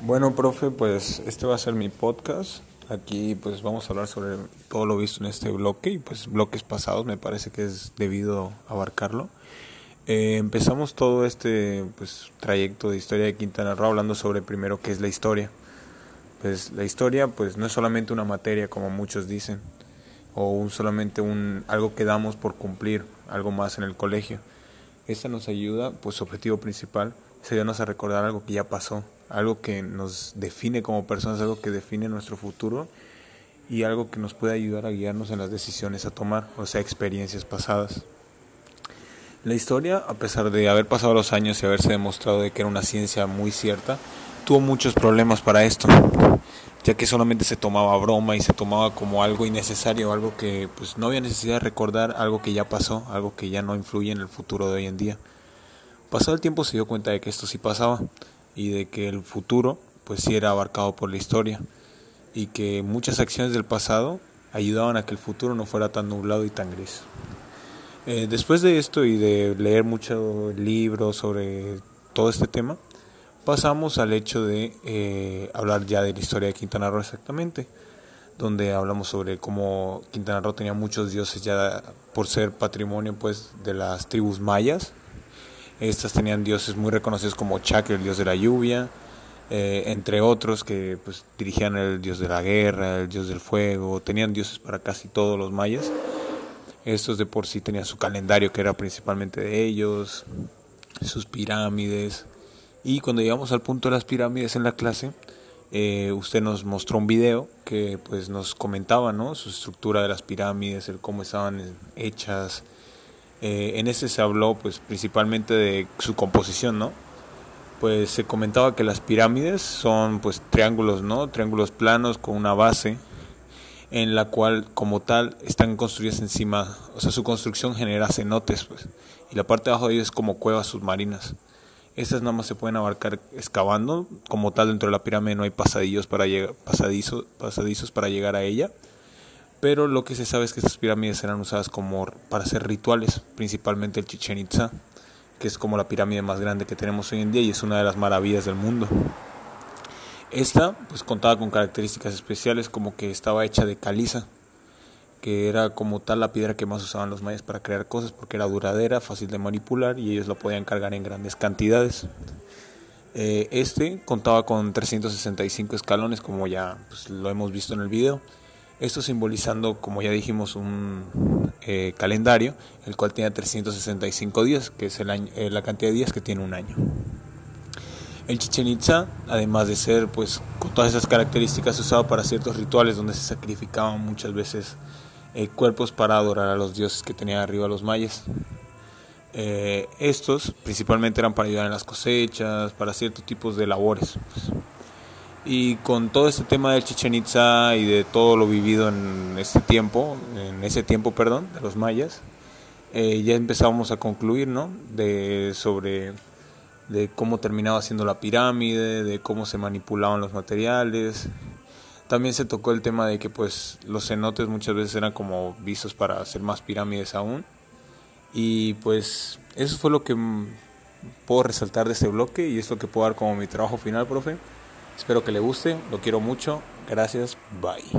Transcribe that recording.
Bueno, profe, pues este va a ser mi podcast. Aquí pues vamos a hablar sobre todo lo visto en este bloque y pues bloques pasados me parece que es debido abarcarlo. Empezamos todo este pues trayecto de historia de Quintana Roo hablando sobre primero qué es la historia. Pues la historia pues no es solamente una materia como muchos dicen o solamente un algo que damos por cumplir, algo más en el colegio. Esta nos ayuda, pues su objetivo principal es ayudarnos a recordar algo que ya pasó, algo que nos define como personas, algo que define nuestro futuro y algo que nos puede ayudar a guiarnos en las decisiones a tomar, o sea, experiencias pasadas. La historia, a pesar de haber pasado los años y haberse demostrado de que era una ciencia muy cierta, tuvo muchos problemas para esto, ya que solamente se tomaba broma y se tomaba como algo innecesario, algo que pues no había necesidad de recordar, algo que ya pasó, algo que ya no influye en el futuro de hoy en día. Pasado el tiempo se dio cuenta de que esto sí pasaba y de que el futuro pues sí era abarcado por la historia y que muchas acciones del pasado ayudaban a que el futuro no fuera tan nublado y tan gris. Después de esto y de leer muchos libros sobre todo este tema, pasamos al hecho de hablar ya de la historia de Quintana Roo exactamente, donde hablamos sobre cómo Quintana Roo tenía muchos dioses ya por ser patrimonio pues de las tribus mayas. Estas tenían dioses muy reconocidos como Chakra, el dios de la lluvia, entre otros que pues dirigían el dios de la guerra, el dios del fuego, tenían dioses para casi todos los mayas. Estos de por sí tenían su calendario que era principalmente de ellos, sus pirámides. Y cuando llegamos al punto de las pirámides en la clase, usted nos mostró un video que pues nos comentaba, ¿no?, su estructura de las pirámides, el cómo estaban hechas. En ese se habló pues principalmente de su composición, ¿no? Pues se comentaba que las pirámides son pues triángulos, ¿no? Triángulos planos con una base en la cual como tal están construidas encima, o sea, su construcción genera cenotes, pues, y la parte de abajo de ellos es como cuevas submarinas. Estas nada más se pueden abarcar excavando, como tal dentro de la pirámide no hay pasadillos para pasadizos para llegar a ella, pero lo que se sabe es que estas pirámides eran usadas como para hacer rituales, principalmente el Chichén Itzá, que es como la pirámide más grande que tenemos hoy en día y es una de las maravillas del mundo. Esta pues contaba con características especiales como que estaba hecha de caliza, que era como tal la piedra que más usaban los mayas para crear cosas porque era duradera, fácil de manipular y ellos la podían cargar en grandes cantidades. Este contaba con 365 escalones como ya pues, lo hemos visto en el video. Esto simbolizando, como ya dijimos, un calendario, el cual tiene 365 días, que es la cantidad de días que tiene un año. El Chichén Itzá, además de ser pues con todas esas características, usado para ciertos rituales donde se sacrificaban muchas veces cuerpos para adorar a los dioses que tenían arriba los mayas. Estos principalmente eran para ayudar en las cosechas, para ciertos tipos de labores. Pues. Y con todo este tema del Chichén Itzá y de todo lo vivido en ese tiempo, de los mayas, ya empezábamos a concluir, ¿no?, sobre cómo terminaba siendo la pirámide, de cómo se manipulaban los materiales. También se tocó el tema de que pues los cenotes muchas veces eran como vistos para hacer más pirámides aún. Y pues eso fue lo que puedo resaltar de este bloque y es lo que puedo dar como mi trabajo final, profe. Espero que le guste, lo quiero mucho, gracias, bye.